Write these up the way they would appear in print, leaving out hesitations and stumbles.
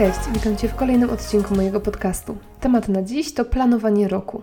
Cześć, witam Cię w kolejnym odcinku mojego podcastu. Temat na dziś to planowanie roku.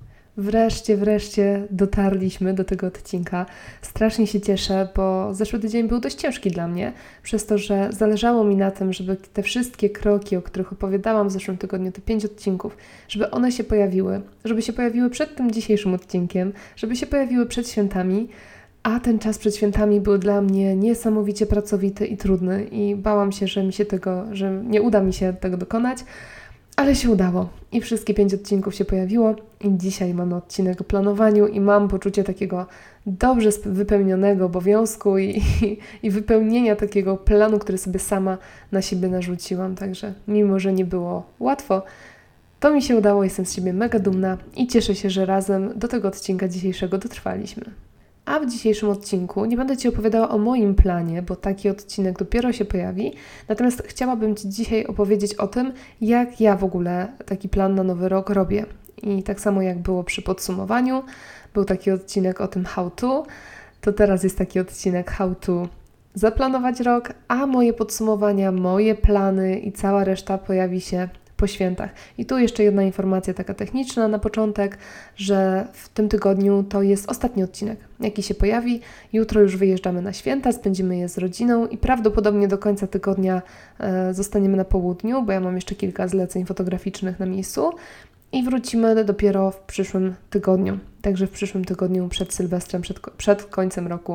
Wreszcie dotarliśmy do tego odcinka. Strasznie się cieszę, bo zeszły tydzień był dość ciężki dla mnie, przez to, że zależało mi na tym, żeby te wszystkie kroki, o których opowiadałam w zeszłym tygodniu, te 5 odcinków, żeby one się pojawiły. Żeby się pojawiły przed tym dzisiejszym odcinkiem, żeby się pojawiły przed świętami, a ten czas przed świętami był dla mnie niesamowicie pracowity i trudny i bałam się, że nie uda mi się tego dokonać, ale się udało i wszystkie 5 odcinków się pojawiło i dzisiaj mamy odcinek o planowaniu i mam poczucie takiego dobrze wypełnionego obowiązku i wypełnienia takiego planu, który sobie sama na siebie narzuciłam. Także mimo, że nie było łatwo, to mi się udało, jestem z siebie mega dumna i cieszę się, że razem do tego odcinka dzisiejszego dotrwaliśmy. A w dzisiejszym odcinku nie będę Ci opowiadała o moim planie, bo taki odcinek dopiero się pojawi, natomiast chciałabym Ci dzisiaj opowiedzieć o tym, jak ja w ogóle taki plan na nowy rok robię. I tak samo jak było przy podsumowaniu, był taki odcinek o tym how to, to teraz jest taki odcinek how to zaplanować rok, a moje podsumowania, moje plany i cała reszta pojawi się po świętach. I tu jeszcze jedna informacja taka techniczna na początek, że w tym tygodniu to jest ostatni odcinek, jaki się pojawi. Jutro już wyjeżdżamy na święta, spędzimy je z rodziną i prawdopodobnie do końca tygodnia zostaniemy na południu, bo ja mam jeszcze kilka zleceń fotograficznych na miejscu i wrócimy dopiero w przyszłym tygodniu. Także w przyszłym tygodniu przed Sylwestrem, przed końcem roku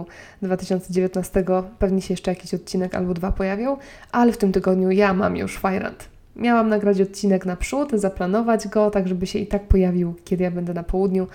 2019 pewnie się jeszcze jakiś odcinek albo 2 pojawią, ale w tym tygodniu ja mam już fajrant. Miałam nagrać odcinek naprzód, zaplanować go, tak żeby się i tak pojawił, kiedy ja będę na południu,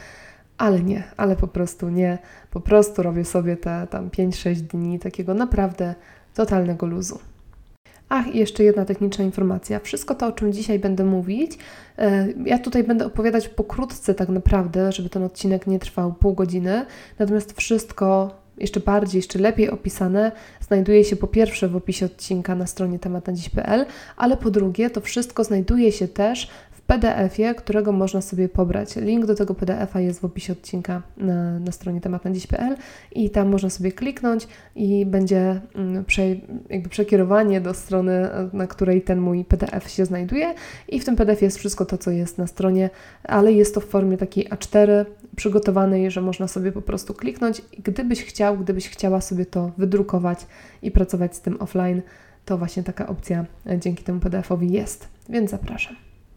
ale po prostu nie. Po prostu robię sobie te tam 5-6 dni takiego naprawdę totalnego luzu. Ach, i jeszcze jedna techniczna informacja. Wszystko to, o czym dzisiaj będę mówić, ja tutaj będę opowiadać pokrótce tak naprawdę, żeby ten odcinek nie trwał pół godziny, natomiast wszystko jeszcze lepiej opisane znajduje się po pierwsze w opisie odcinka na stronie tematnadziś.pl, ale po drugie to wszystko znajduje się też w PDF-ie, którego można sobie pobrać. Link do tego PDF-a jest w opisie odcinka na stronie tematnadziś.pl i tam można sobie kliknąć i będzie przekierowanie do strony, na której ten mój PDF się znajduje i w tym PDF jest wszystko to, co jest na stronie, ale jest to w formie takiej A4 przygotowanej, że można sobie po prostu kliknąć i gdybyś chciała sobie to wydrukować i pracować z tym offline, to właśnie taka opcja dzięki temu PDF-owi jest, więc zapraszam.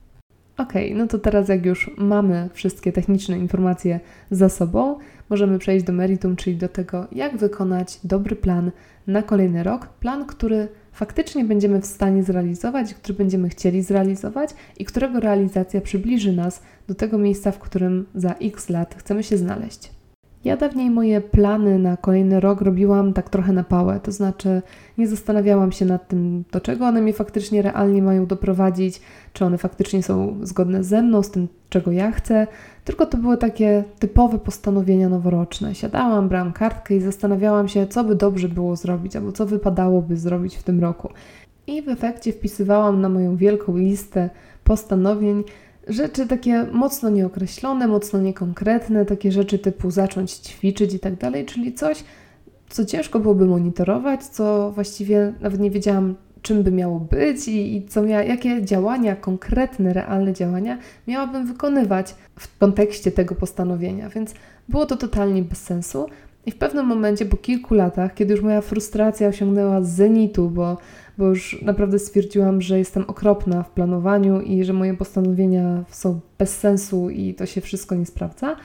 Okej, no to teraz jak już mamy wszystkie techniczne informacje za sobą, możemy przejść do meritum, czyli do tego, jak wykonać dobry plan na kolejny rok. Plan, który faktycznie będziemy w stanie zrealizować, który będziemy chcieli zrealizować i którego realizacja przybliży nas do tego miejsca, w którym za x lat chcemy się znaleźć. Ja dawniej moje plany na kolejny rok robiłam tak trochę na pałę, to znaczy nie zastanawiałam się nad tym, do czego one mnie faktycznie realnie mają doprowadzić, czy one faktycznie są zgodne ze mną, z tym, czego ja chcę, tylko to były takie typowe postanowienia noworoczne. Siadałam, brałam kartkę i zastanawiałam się, co by dobrze było zrobić, albo co wypadałoby zrobić w tym roku. I w efekcie wpisywałam na moją wielką listę postanowień rzeczy takie mocno nieokreślone, mocno niekonkretne, takie rzeczy typu zacząć ćwiczyć i tak dalej, czyli coś, co ciężko byłoby monitorować, co właściwie nawet nie wiedziałam, czym by miało być jakie działania, konkretne, realne działania miałabym wykonywać w kontekście tego postanowienia, więc było to totalnie bez sensu. I w pewnym momencie, po kilku latach, kiedy już moja frustracja osiągnęła zenitu, bo już naprawdę stwierdziłam, że jestem okropna w planowaniu i że moje postanowienia są bez sensu i to się wszystko nie sprawdza,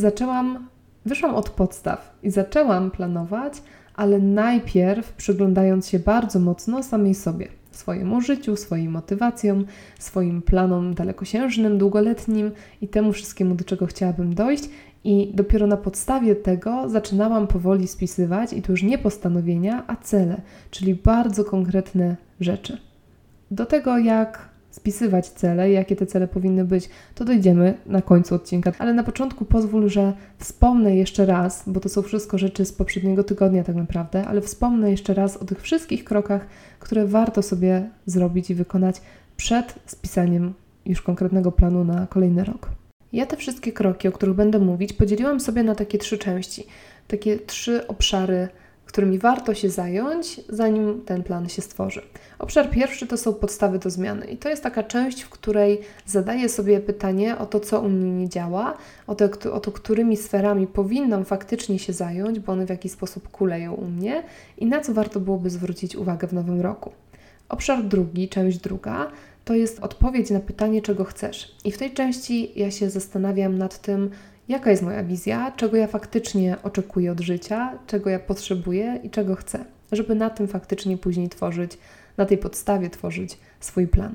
wyszłam od podstaw i zaczęłam planować, ale najpierw przyglądając się bardzo mocno samej sobie, swojemu życiu, swoim motywacjom, swoim planom dalekosiężnym, długoletnim i temu wszystkiemu, do czego chciałabym dojść. I dopiero na podstawie tego zaczynałam powoli spisywać i to już nie postanowienia, a cele, czyli bardzo konkretne rzeczy. Do tego, jak spisywać cele, jakie te cele powinny być, to dojdziemy na końcu odcinka. Ale na początku pozwól, że wspomnę jeszcze raz, bo to są wszystko rzeczy z poprzedniego tygodnia tak naprawdę, ale wspomnę jeszcze raz o tych wszystkich krokach, które warto sobie zrobić i wykonać przed spisaniem już konkretnego planu na kolejny rok. Ja te wszystkie kroki, o których będę mówić, podzieliłam sobie na takie 3 części, takie 3 obszary, którymi warto się zająć, zanim ten plan się stworzy. Obszar pierwszy to są podstawy do zmiany i to jest taka część, w której zadaję sobie pytanie o to, co u mnie nie działa, o to, którymi sferami powinnam faktycznie się zająć, bo one w jakiś sposób kuleją u mnie i na co warto byłoby zwrócić uwagę w nowym roku. Obszar drugi, część druga, to jest odpowiedź na pytanie, czego chcesz. I w tej części ja się zastanawiam nad tym, jaka jest moja wizja, czego ja faktycznie oczekuję od życia, czego ja potrzebuję i czego chcę, żeby na tym faktycznie później tworzyć, na tej podstawie tworzyć swój plan.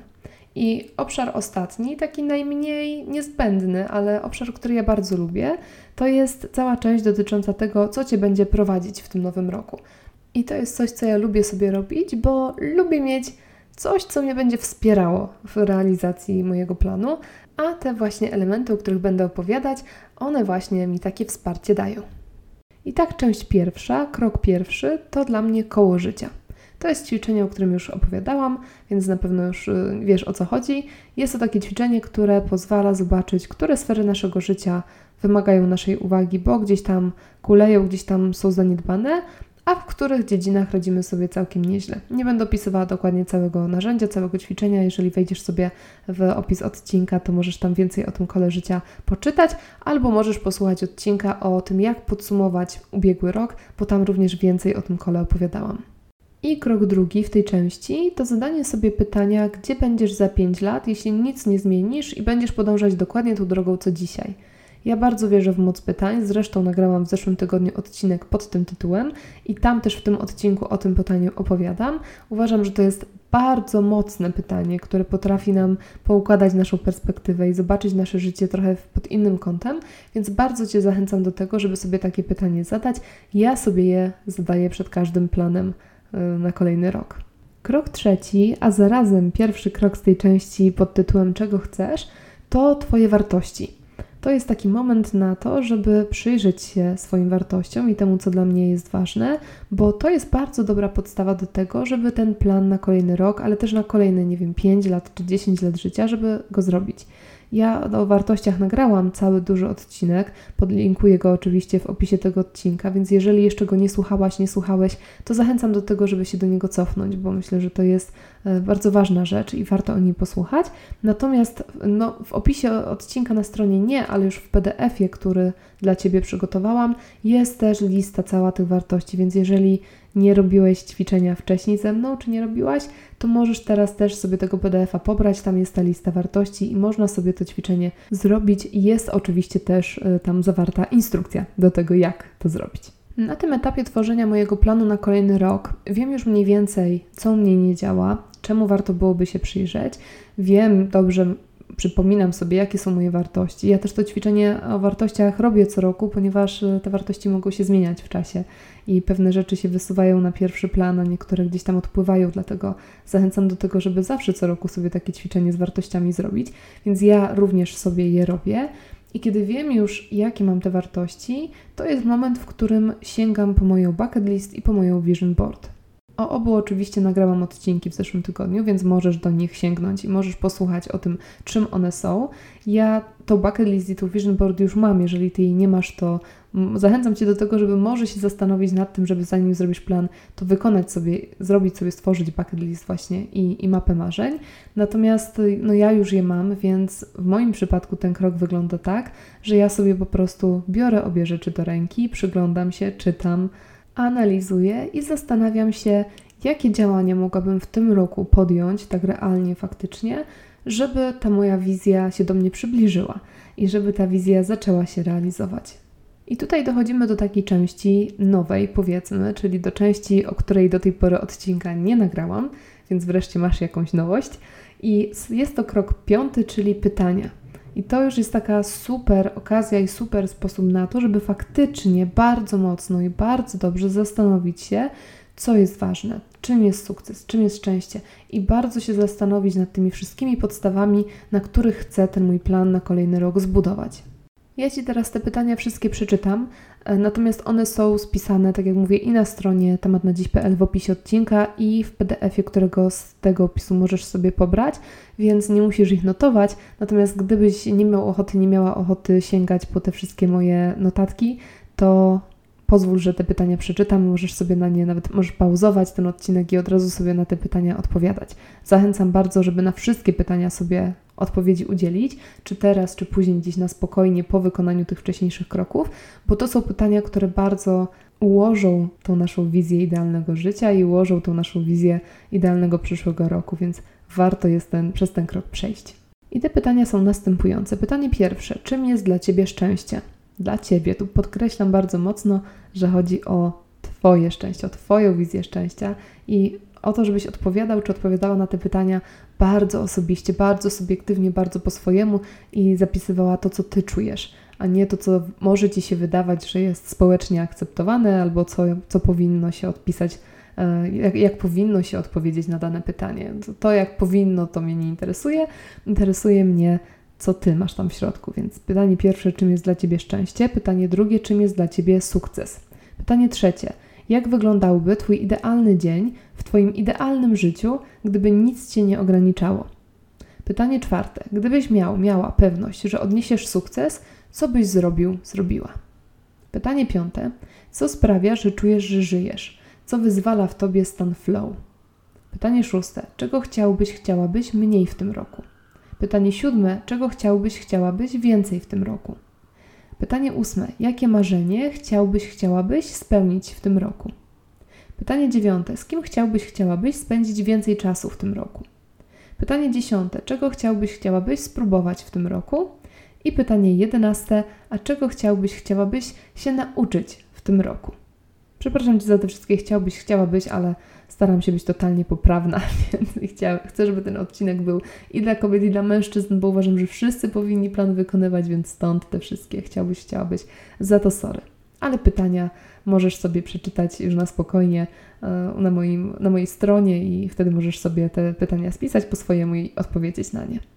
I obszar ostatni, taki najmniej niezbędny, ale obszar, który ja bardzo lubię, to jest cała część dotycząca tego, co Cię będzie prowadzić w tym nowym roku. I to jest coś, co ja lubię sobie robić, bo lubię mieć coś, co mnie będzie wspierało w realizacji mojego planu, a te właśnie elementy, o których będę opowiadać, one właśnie mi takie wsparcie dają. I tak część pierwsza, krok pierwszy, to dla mnie koło życia. To jest ćwiczenie, o którym już opowiadałam, więc na pewno już wiesz, o co chodzi. Jest to takie ćwiczenie, które pozwala zobaczyć, które sfery naszego życia wymagają naszej uwagi, bo gdzieś tam kuleją, gdzieś tam są zaniedbane, a w których dziedzinach radzimy sobie całkiem nieźle. Nie będę opisywała dokładnie całego narzędzia, całego ćwiczenia. Jeżeli wejdziesz sobie w opis odcinka, to możesz tam więcej o tym kole życia poczytać, albo możesz posłuchać odcinka o tym, jak podsumować ubiegły rok, bo tam również więcej o tym kole opowiadałam. I krok drugi w tej części to zadanie sobie pytania, gdzie będziesz za 5 lat, jeśli nic nie zmienisz i będziesz podążać dokładnie tą drogą, co dzisiaj. Ja bardzo wierzę w moc pytań, zresztą nagrałam w zeszłym tygodniu odcinek pod tym tytułem i tam też w tym odcinku o tym pytaniu opowiadam. Uważam, że to jest bardzo mocne pytanie, które potrafi nam poukładać naszą perspektywę i zobaczyć nasze życie trochę pod innym kątem, więc bardzo Cię zachęcam do tego, żeby sobie takie pytanie zadać. Ja sobie je zadaję przed każdym planem na kolejny rok. Krok trzeci, a zarazem pierwszy krok z tej części pod tytułem czego chcesz, to Twoje wartości. To jest taki moment na to, żeby przyjrzeć się swoim wartościom i temu, co dla mnie jest ważne, bo to jest bardzo dobra podstawa do tego, żeby ten plan na kolejny rok, ale też na kolejne, 5 lat czy 10 lat życia, żeby go zrobić. Ja o wartościach nagrałam cały duży odcinek, podlinkuję go oczywiście w opisie tego odcinka, więc jeżeli jeszcze go nie słuchałaś, nie słuchałeś, to zachęcam do tego, żeby się do niego cofnąć, bo myślę, że to jest bardzo ważna rzecz i warto o niej posłuchać. Natomiast w opisie odcinka na stronie nie, ale już w PDF-ie, który dla Ciebie przygotowałam, jest też lista cała tych wartości, więc jeżeli nie robiłeś ćwiczenia wcześniej ze mną, czy nie robiłaś, to możesz teraz też sobie tego PDF-a pobrać, tam jest ta lista wartości i można sobie to ćwiczenie zrobić. Jest oczywiście też tam zawarta instrukcja do tego, jak to zrobić. Na tym etapie tworzenia mojego planu na kolejny rok wiem już mniej więcej, co u mnie nie działa, czemu warto byłoby się przyjrzeć. Wiem dobrze, przypominam sobie, jakie są moje wartości. Ja też to ćwiczenie o wartościach robię co roku, ponieważ te wartości mogą się zmieniać w czasie i pewne rzeczy się wysuwają na pierwszy plan, a niektóre gdzieś tam odpływają, dlatego zachęcam do tego, żeby zawsze co roku sobie takie ćwiczenie z wartościami zrobić, więc ja również sobie je robię. I kiedy wiem już, jakie mam te wartości, to jest moment, w którym sięgam po moją bucket list i po moją vision board. O obu oczywiście nagrałam odcinki w zeszłym tygodniu, więc możesz do nich sięgnąć i możesz posłuchać o tym, czym one są. Ja tą bucket list i tą vision board już mam, jeżeli Ty jej nie masz, to zachęcam Cię do tego, żeby może się zastanowić nad tym, żeby zanim zrobisz plan, to zrobić sobie, stworzyć bucket list właśnie i mapę marzeń. Natomiast ja już je mam, więc w moim przypadku ten krok wygląda tak, że ja sobie po prostu biorę obie rzeczy do ręki, przyglądam się, czytam, analizuję i zastanawiam się, jakie działania mogłabym w tym roku podjąć, tak realnie, faktycznie, żeby ta moja wizja się do mnie przybliżyła i żeby ta wizja zaczęła się realizować. I tutaj dochodzimy do takiej części nowej, powiedzmy, czyli do części, o której do tej pory odcinka nie nagrałam, więc wreszcie masz jakąś nowość. I jest to krok 5, czyli pytania. I to już jest taka super okazja i super sposób na to, żeby faktycznie bardzo mocno i bardzo dobrze zastanowić się, co jest ważne, czym jest sukces, czym jest szczęście i bardzo się zastanowić nad tymi wszystkimi podstawami, na których chcę ten mój plan na kolejny rok zbudować. Ja Ci teraz te pytania wszystkie przeczytam, natomiast one są spisane, tak jak mówię, i na stronie tematnadziś.pl w opisie odcinka i w PDF-ie, którego z tego opisu możesz sobie pobrać, więc nie musisz ich notować. Natomiast gdybyś nie miał ochoty, nie miała ochoty sięgać po te wszystkie moje notatki, to pozwól, że te pytania przeczytam, możesz sobie na nie, nawet możesz pauzować ten odcinek i od razu sobie na te pytania odpowiadać. Zachęcam bardzo, żeby na wszystkie pytania sobie odpowiedzi udzielić, czy teraz, czy później gdzieś na spokojnie po wykonaniu tych wcześniejszych kroków, bo to są pytania, które bardzo ułożą tą naszą wizję idealnego życia i ułożą tą naszą wizję idealnego przyszłego roku, więc warto jest przez ten krok przejść. I te pytania są następujące. Pytanie pierwsze. Czym jest dla Ciebie szczęście? Dla Ciebie. Tu podkreślam bardzo mocno, że chodzi o Twoje szczęście, o Twoją wizję szczęścia i o to, żebyś odpowiadał czy odpowiadała na te pytania bardzo osobiście, bardzo subiektywnie, bardzo po swojemu i zapisywała to, co Ty czujesz, a nie to, co może Ci się wydawać, że jest społecznie akceptowane albo co powinno się odpisać, jak powinno się odpowiedzieć na dane pytanie. To jak powinno, to mnie nie interesuje. Interesuje mnie, co Ty masz tam w środku. Więc pytanie pierwsze, czym jest dla Ciebie szczęście? Pytanie drugie, czym jest dla Ciebie sukces? Pytanie trzecie, jak wyglądałby Twój idealny dzień w Twoim idealnym życiu, gdyby nic Cię nie ograniczało? Pytanie czwarte, gdybyś miała pewność, że odniesiesz sukces, co byś zrobiła? Pytanie piąte, co sprawia, że czujesz, że żyjesz? Co wyzwala w Tobie stan flow? Pytanie szóste, czego chciałabyś mniej w tym roku? Pytanie siódme, czego chciałabyś więcej w tym roku? Pytanie ósme, jakie marzenie chciałabyś spełnić w tym roku? Pytanie dziewiąte, z kim chciałabyś spędzić więcej czasu w tym roku? Pytanie dziesiąte, czego chciałabyś spróbować w tym roku? I pytanie 11, a czego chciałabyś się nauczyć w tym roku? Przepraszam Cię za te wszystkie chciałabyś, ale staram się być totalnie poprawna, więc chcę, żeby ten odcinek był i dla kobiet, i dla mężczyzn, bo uważam, że wszyscy powinni plan wykonywać, więc stąd te wszystkie chciałabyś, za to sorry. Ale pytania możesz sobie przeczytać już na spokojnie na mojej stronie i wtedy możesz sobie te pytania spisać po swojemu i odpowiedzieć na nie.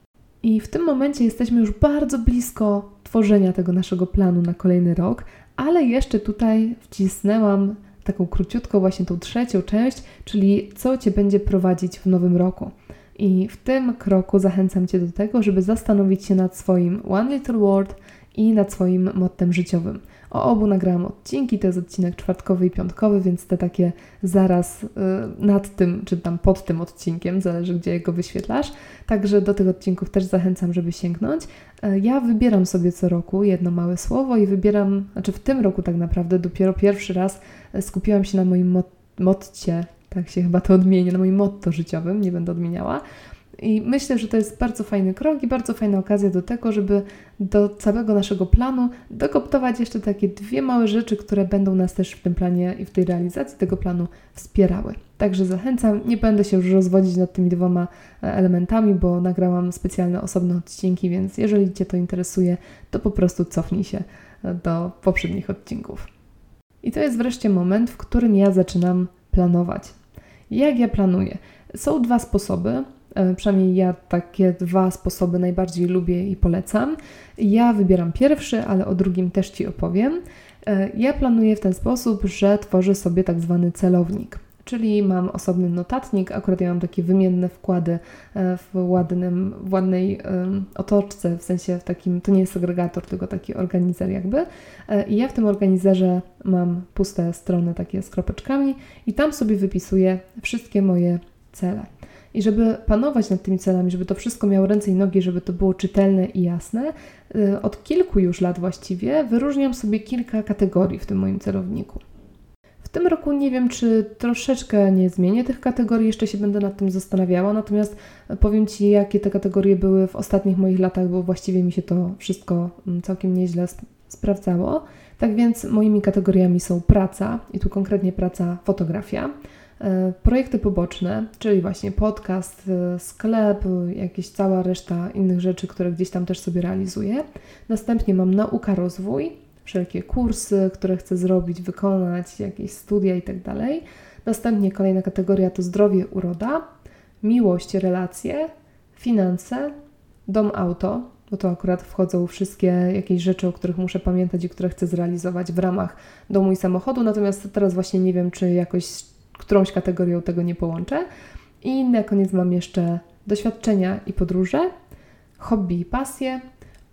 I w tym momencie jesteśmy już bardzo blisko tworzenia tego naszego planu na kolejny rok, ale jeszcze tutaj wcisnęłam taką króciutką właśnie tą trzecią część, czyli co Cię będzie prowadzić w nowym roku. I w tym kroku zachęcam Cię do tego, żeby zastanowić się nad swoim One Little Word i nad swoim mottem życiowym. O obu nagrałam odcinki, to jest odcinek czwartkowy i piątkowy, więc te takie zaraz nad tym, czy tam pod tym odcinkiem, zależy gdzie go wyświetlasz. Także do tych odcinków też zachęcam, żeby sięgnąć. Ja wybieram sobie co roku jedno małe słowo i w tym roku tak naprawdę dopiero pierwszy raz skupiłam się na moim motcie, tak się chyba to odmienię, na moim motto życiowym, nie będę odmieniała. I myślę, że to jest bardzo fajny krok i bardzo fajna okazja do tego, żeby do całego naszego planu dokoptować jeszcze takie dwie małe rzeczy, które będą nas też w tym planie i w tej realizacji tego planu wspierały. Także zachęcam, nie będę się już rozwodzić nad tymi dwoma elementami, bo nagrałam specjalne osobne odcinki, więc jeżeli Cię to interesuje, to po prostu cofnij się do poprzednich odcinków. I to jest wreszcie moment, w którym ja zaczynam planować. Jak ja planuję? Są dwa sposoby. Przynajmniej ja takie dwa sposoby najbardziej lubię i polecam. Ja wybieram pierwszy, ale o drugim też Ci opowiem. Ja planuję w ten sposób, że tworzę sobie tak zwany celownik, czyli mam osobny notatnik, akurat ja mam takie wymienne wkłady w ładnej otoczce, w sensie w takim, to nie jest segregator, tylko taki organizer jakby. I ja w tym organizerze mam puste strony takie z kropeczkami i tam sobie wypisuję wszystkie moje cele. I żeby panować nad tymi celami, żeby to wszystko miało ręce i nogi, żeby to było czytelne i jasne, od kilku już lat właściwie wyróżniam sobie kilka kategorii w tym moim celowniku. W tym roku nie wiem, czy troszeczkę nie zmienię tych kategorii, jeszcze się będę nad tym zastanawiała, natomiast powiem Ci, jakie te kategorie były w ostatnich moich latach, bo właściwie mi się to wszystko całkiem nieźle sprawdzało. Tak więc moimi kategoriami są praca, i tu konkretnie praca, fotografia, projekty poboczne, czyli właśnie podcast, sklep, jakieś cała reszta innych rzeczy, które gdzieś tam też sobie realizuję. Następnie mam nauka, rozwój, wszelkie kursy, które chcę zrobić, wykonać, jakieś studia i tak dalej. Następnie kolejna kategoria to zdrowie, uroda, miłość, relacje, finanse, dom, auto, bo to akurat wchodzą wszystkie jakieś rzeczy, o których muszę pamiętać i które chcę zrealizować w ramach domu i samochodu, natomiast teraz właśnie nie wiem, czy jakoś którąś kategorią tego nie połączę. I na koniec mam jeszcze doświadczenia i podróże, hobby i pasje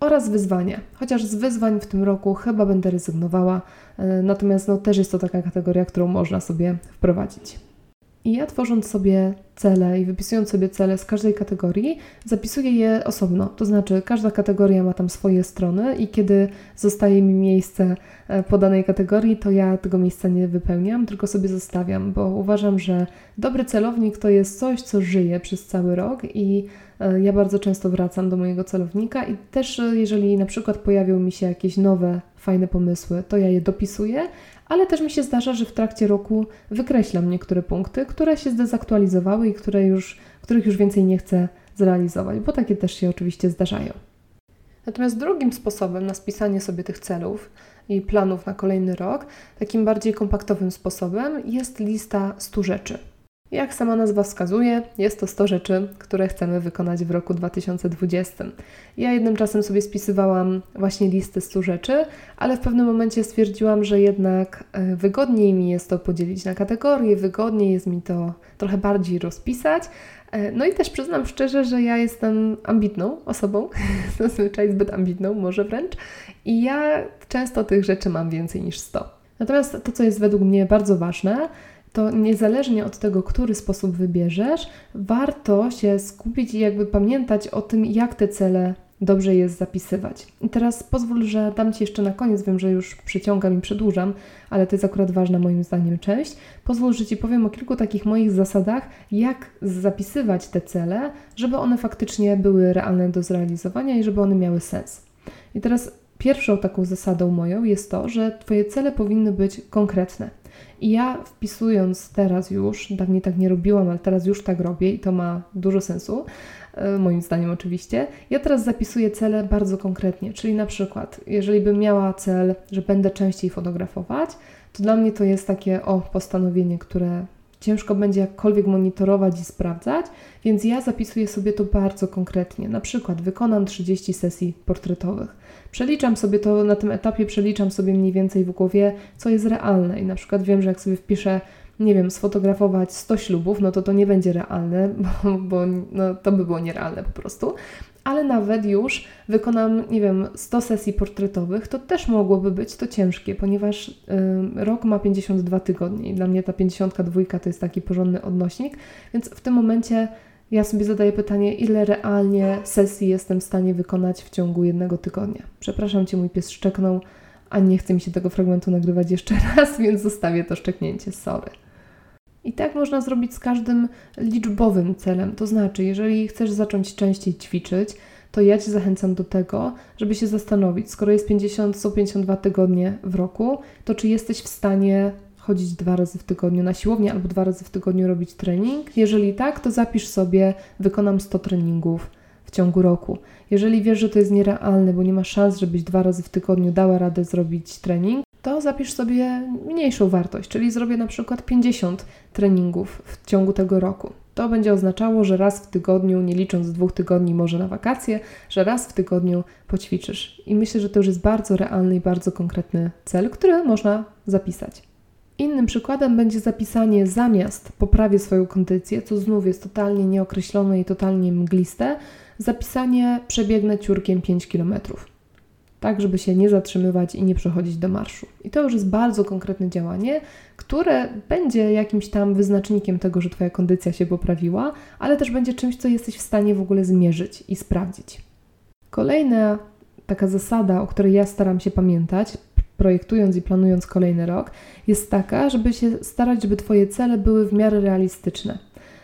oraz wyzwania. Chociaż z wyzwań w tym roku chyba będę rezygnowała, natomiast też jest to taka kategoria, którą można sobie wprowadzić. I ja tworząc sobie cele i wypisując sobie cele z każdej kategorii, zapisuję je osobno. To znaczy każda kategoria ma tam swoje strony i kiedy zostaje mi miejsce po danej kategorii, to ja tego miejsca nie wypełniam, tylko sobie zostawiam, bo uważam, że dobry celownik to jest coś, co żyje przez cały rok i ja bardzo często wracam do mojego celownika i też jeżeli na przykład pojawią mi się jakieś nowe, fajne pomysły, to ja je dopisuję, ale też mi się zdarza, że w trakcie roku wykreślam niektóre punkty, które się zdezaktualizowały i których już więcej nie chcę zrealizować, bo takie też się oczywiście zdarzają. Natomiast drugim sposobem na spisanie sobie tych celów i planów na kolejny rok, takim bardziej kompaktowym sposobem, jest lista 100 rzeczy. Jak sama nazwa wskazuje, jest to 100 rzeczy, które chcemy wykonać w roku 2020. Ja jednym czasem sobie spisywałam właśnie listę 100 rzeczy, ale w pewnym momencie stwierdziłam, że jednak wygodniej mi jest to podzielić na kategorie, wygodniej jest mi to trochę bardziej rozpisać. No i też przyznam szczerze, że ja jestem ambitną osobą, zazwyczaj zbyt ambitną, może wręcz, i ja często tych rzeczy mam więcej niż 100. Natomiast to, co jest według mnie bardzo ważne, to niezależnie od tego, który sposób wybierzesz, warto się skupić i jakby pamiętać o tym, jak te cele dobrze jest zapisywać. I teraz pozwól, że dam Ci jeszcze na koniec, wiem, że już przyciągam i przedłużam, ale to jest akurat ważna moim zdaniem część. Pozwól, że Ci powiem o kilku takich moich zasadach, jak zapisywać te cele, żeby one faktycznie były realne do zrealizowania i żeby one miały sens. I teraz pierwszą taką zasadą moją jest to, że Twoje cele powinny być konkretne. I ja wpisując teraz już, dawniej tak nie robiłam, ale teraz już tak robię i to ma dużo sensu, moim zdaniem oczywiście, ja teraz zapisuję cele bardzo konkretnie, czyli na przykład, jeżeli bym miała cel, że będę częściej fotografować, to dla mnie to jest takie postanowienie, które ciężko będzie jakkolwiek monitorować i sprawdzać, więc ja zapisuję sobie to bardzo konkretnie. Na przykład wykonam 30 sesji portretowych. Przeliczam sobie to, na tym etapie przeliczam sobie mniej więcej w głowie, co jest realne i na przykład wiem, że jak sobie wpiszę, nie wiem, sfotografować 100 ślubów, no to nie będzie realne, bo to by było nierealne po prostu. Ale nawet już wykonam, nie wiem, 100 sesji portretowych, to też mogłoby być to ciężkie, ponieważ rok ma 52 tygodnie i dla mnie ta 52 to jest taki porządny odnośnik, więc w tym momencie ja sobie zadaję pytanie, ile realnie sesji jestem w stanie wykonać w ciągu jednego tygodnia. Przepraszam Cię, mój pies szczeknął, a nie chce mi się tego fragmentu nagrywać jeszcze raz, więc zostawię to szczeknięcie, sorry. I tak można zrobić z każdym liczbowym celem. To znaczy, jeżeli chcesz zacząć częściej ćwiczyć, to ja Cię zachęcam do tego, żeby się zastanowić, skoro jest są 52 tygodnie w roku, to czy jesteś w stanie chodzić 2 razy w tygodniu na siłownię albo 2 razy w tygodniu robić trening? Jeżeli tak, to zapisz sobie, wykonam 100 treningów w ciągu roku. Jeżeli wiesz, że to jest nierealne, bo nie ma szans, żebyś 2 razy w tygodniu dała radę zrobić trening, to zapisz sobie mniejszą wartość, czyli zrobię na przykład 50 treningów w ciągu tego roku. To będzie oznaczało, że raz w tygodniu, nie licząc 2 tygodni może na wakacje, że raz w tygodniu poćwiczysz. I myślę, że to już jest bardzo realny i bardzo konkretny cel, który można zapisać. Innym przykładem będzie zapisanie zamiast poprawię swoją kondycję, co znów jest totalnie nieokreślone i totalnie mgliste, zapisanie przebiegnę ciurkiem 5 km. Tak, żeby się nie zatrzymywać i nie przechodzić do marszu. I to już jest bardzo konkretne działanie, które będzie jakimś tam wyznacznikiem tego, że Twoja kondycja się poprawiła, ale też będzie czymś, co jesteś w stanie w ogóle zmierzyć i sprawdzić. Kolejna taka zasada, o której ja staram się pamiętać, projektując i planując kolejny rok, jest taka, żeby się starać, żeby Twoje cele były w miarę realistyczne.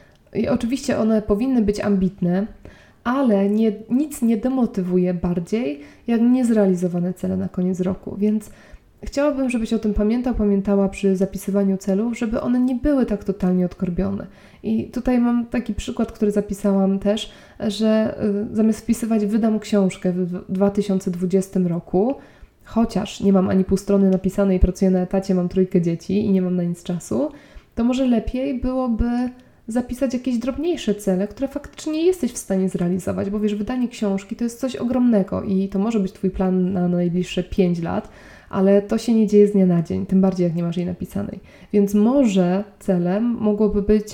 I oczywiście one powinny być ambitne, ale nic nie demotywuje bardziej, jak niezrealizowane cele na koniec roku, więc chciałabym, żebyś o tym pamiętała przy zapisywaniu celów, żeby one nie były tak totalnie odkorbione. I tutaj mam taki przykład, który zapisałam też, że zamiast wpisywać wydam książkę w 2020 roku, chociaż nie mam ani pół strony napisanej, pracuję na etacie, mam 3 dzieci i nie mam na nic czasu, to może lepiej byłoby zapisać jakieś drobniejsze cele, które faktycznie jesteś w stanie zrealizować, bo wiesz, wydanie książki to jest coś ogromnego i to może być Twój plan na najbliższe 5 lat, ale to się nie dzieje z dnia na dzień, tym bardziej jak nie masz jej napisanej. Więc może celem mogłoby być,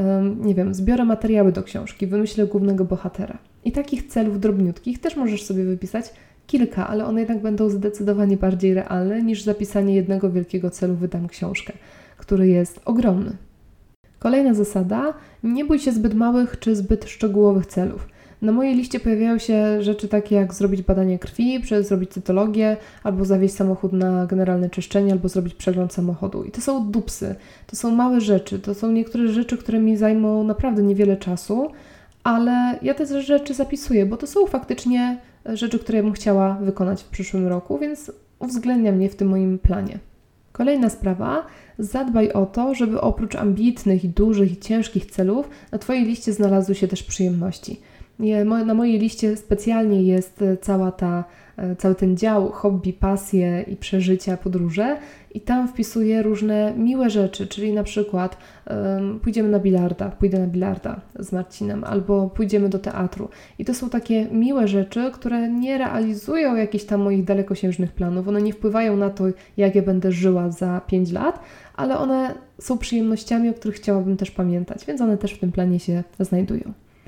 zbiorę materiały do książki, wymyślę głównego bohatera. I takich celów drobniutkich też możesz sobie wypisać kilka, ale one jednak będą zdecydowanie bardziej realne niż zapisanie jednego wielkiego celu wydam książkę, który jest ogromny. Kolejna zasada, nie bój się zbyt małych czy zbyt szczegółowych celów. Na mojej liście pojawiają się rzeczy takie jak zrobić badanie krwi, zrobić cytologię, albo zawieźć samochód na generalne czyszczenie, albo zrobić przegląd samochodu. I to są dupsy, to są małe rzeczy, to są niektóre rzeczy, które mi zajmą naprawdę niewiele czasu, ale ja te rzeczy zapisuję, bo to są faktycznie rzeczy, które bym chciała wykonać w przyszłym roku, więc uwzględniam je w tym moim planie. Kolejna sprawa, zadbaj o to, żeby oprócz ambitnych i dużych i ciężkich celów na Twojej liście znalazły się też przyjemności. Na mojej liście specjalnie jest cały ten dział hobby, pasje i przeżycia, podróże i tam wpisuję różne miłe rzeczy, czyli na przykład pójdę na bilarda z Marcinem albo pójdziemy do teatru. I to są takie miłe rzeczy, które nie realizują jakichś tam moich dalekosiężnych planów, one nie wpływają na to, jak ja będę żyła za 5 lat, ale one są przyjemnościami, o których chciałabym też pamiętać, więc one też w tym planie się znajdują.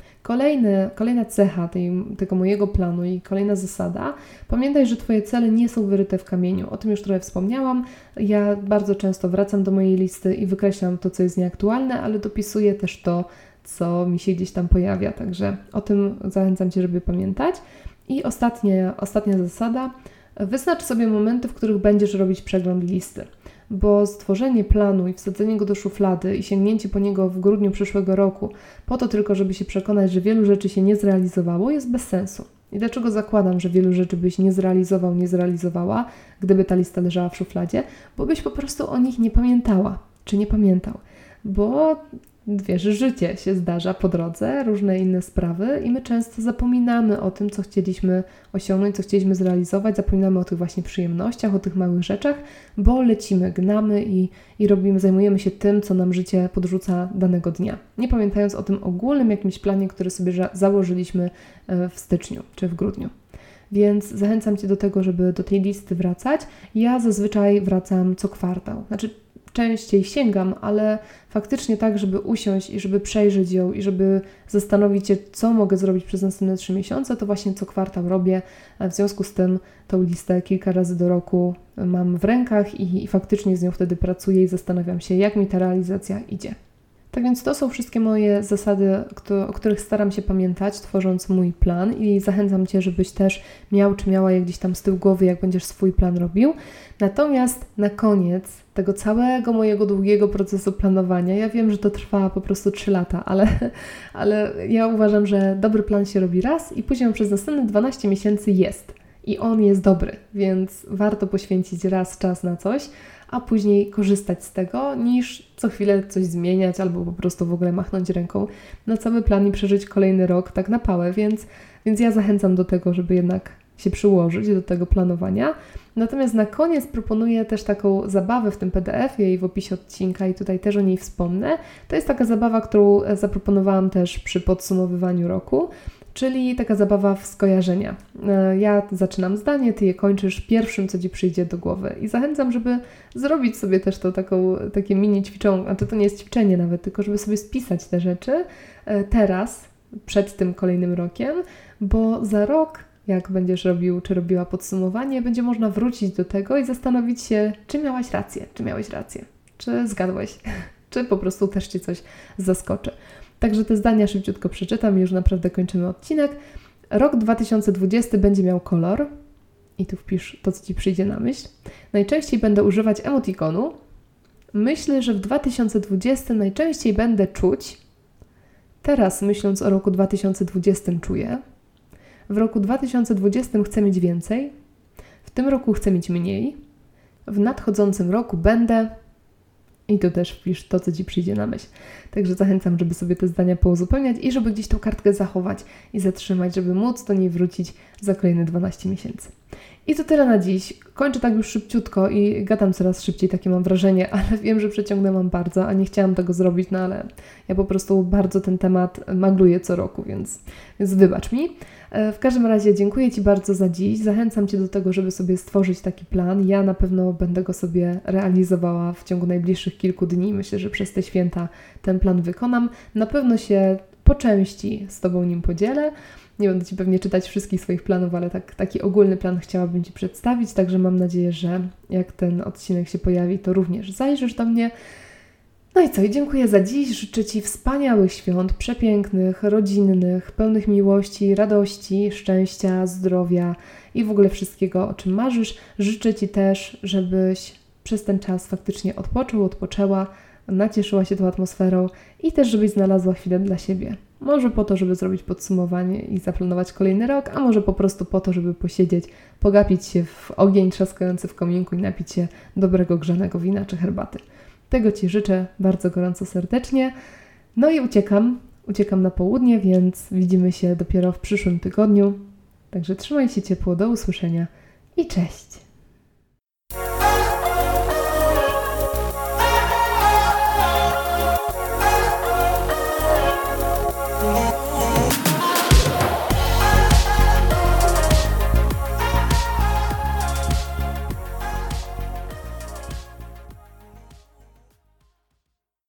Kolejna cecha tego mojego planu i kolejna zasada, pamiętaj, że Twoje cele nie są wyryte w kamieniu. O tym już trochę wspomniałam. Ja bardzo często wracam do mojej listy i wykreślam to, co jest nieaktualne, ale dopisuję też to, co mi się gdzieś tam pojawia. Także o tym zachęcam Cię, żeby pamiętać. I ostatnia zasada, wyznacz sobie momenty, w których będziesz robić przegląd listy. Bo stworzenie planu i wsadzenie go do szuflady i sięgnięcie po niego w grudniu przyszłego roku po to tylko, żeby się przekonać, że wielu rzeczy się nie zrealizowało, jest bez sensu. I dlaczego zakładam, że wielu rzeczy byś nie zrealizował, nie zrealizowała, gdyby ta lista leżała w szufladzie? Bo byś po prostu o nich nie pamiętała, czy nie pamiętał. Bo wiesz, życie się zdarza po drodze, różne inne sprawy i my często zapominamy o tym, co chcieliśmy osiągnąć, co chcieliśmy zrealizować, zapominamy o tych właśnie przyjemnościach, o tych małych rzeczach, bo lecimy, gnamy i zajmujemy się tym, co nam życie podrzuca danego dnia, nie pamiętając o tym ogólnym jakimś planie, który sobie założyliśmy w styczniu czy w grudniu. Więc zachęcam Cię do tego, żeby do tej listy wracać. Ja zazwyczaj wracam co kwartał, częściej sięgam, ale faktycznie tak, żeby usiąść i żeby przejrzeć ją i żeby zastanowić się, co mogę zrobić przez następne 3 miesiące, to właśnie co kwartał robię. W związku z tym tą listę kilka razy do roku mam w rękach i faktycznie z nią wtedy pracuję i zastanawiam się, jak mi ta realizacja idzie. Tak więc to są wszystkie moje zasady, o których staram się pamiętać, tworząc mój plan i zachęcam Cię, żebyś też miał czy miała je gdzieś tam z tyłu głowy, jak będziesz swój plan robił. Natomiast na koniec tego całego mojego długiego procesu planowania, ja wiem, że to trwa po prostu 3 lata, ale ja uważam, że dobry plan się robi raz i później przez następne 12 miesięcy jest. I on jest dobry, więc warto poświęcić raz czas na coś, a później korzystać z tego, niż co chwilę coś zmieniać albo po prostu w ogóle machnąć ręką na cały plan i przeżyć kolejny rok tak na pałę, więc ja zachęcam do tego, żeby jednak się przyłożyć do tego planowania. Natomiast na koniec proponuję też taką zabawę w tym PDF-ie i w opisie odcinka i tutaj też o niej wspomnę. To jest taka zabawa, którą zaproponowałam też przy podsumowywaniu roku, czyli taka zabawa w skojarzenia. Ja zaczynam zdanie, Ty je kończysz pierwszym, co Ci przyjdzie do głowy. I zachęcam, żeby zrobić sobie też takie mini ćwiczenie, a to nie jest ćwiczenie nawet, tylko żeby sobie spisać te rzeczy teraz, przed tym kolejnym rokiem, bo za rok, jak będziesz robił czy robiła podsumowanie, będzie można wrócić do tego i zastanowić się, czy miałeś rację, czy zgadłeś, czy po prostu też Cię coś zaskoczy. Także te zdania szybciutko przeczytam i już naprawdę kończymy odcinek. Rok 2020 będzie miał kolor i tu wpisz to, co Ci przyjdzie na myśl. Najczęściej będę używać emotikonu. Myślę, że w 2020 najczęściej będę czuć. Teraz myśląc o roku 2020 czuję. W roku 2020 chcę mieć więcej. W tym roku chcę mieć mniej. W nadchodzącym roku będę... I tu też wpisz to, co Ci przyjdzie na myśl. Także zachęcam, żeby sobie te zdania pouzupełniać i żeby gdzieś tą kartkę zachować i zatrzymać, żeby móc do niej wrócić za kolejne 12 miesięcy. I to tyle na dziś. Kończę tak już szybciutko i gadam coraz szybciej, takie mam wrażenie, ale wiem, że przeciągnęłam bardzo, a nie chciałam tego zrobić, no ale ja po prostu bardzo ten temat magluję co roku, więc wybacz mi. W każdym razie dziękuję Ci bardzo za dziś. Zachęcam Cię do tego, żeby sobie stworzyć taki plan. Ja na pewno będę go sobie realizowała w ciągu najbliższych kilku dni. Myślę, że przez te święta ten plan wykonam. Na pewno się po części z Tobą nim podzielę. Nie będę Ci pewnie czytać wszystkich swoich planów, ale taki ogólny plan chciałabym Ci przedstawić, także mam nadzieję, że jak ten odcinek się pojawi, to również zajrzysz do mnie. No i co? I dziękuję za dziś. Życzę Ci wspaniałych świąt, przepięknych, rodzinnych, pełnych miłości, radości, szczęścia, zdrowia i w ogóle wszystkiego, o czym marzysz. Życzę Ci też, żebyś przez ten czas faktycznie odpoczęła, nacieszyła się tą atmosferą i też, żebyś znalazła chwilę dla siebie. Może po to, żeby zrobić podsumowanie i zaplanować kolejny rok, a może po prostu po to, żeby posiedzieć, pogapić się w ogień trzaskający w kominku i napić się dobrego grzanego wina czy herbaty. Tego Ci życzę bardzo gorąco serdecznie. No i uciekam na południe, więc widzimy się dopiero w przyszłym tygodniu. Także trzymaj się ciepło, do usłyszenia i cześć!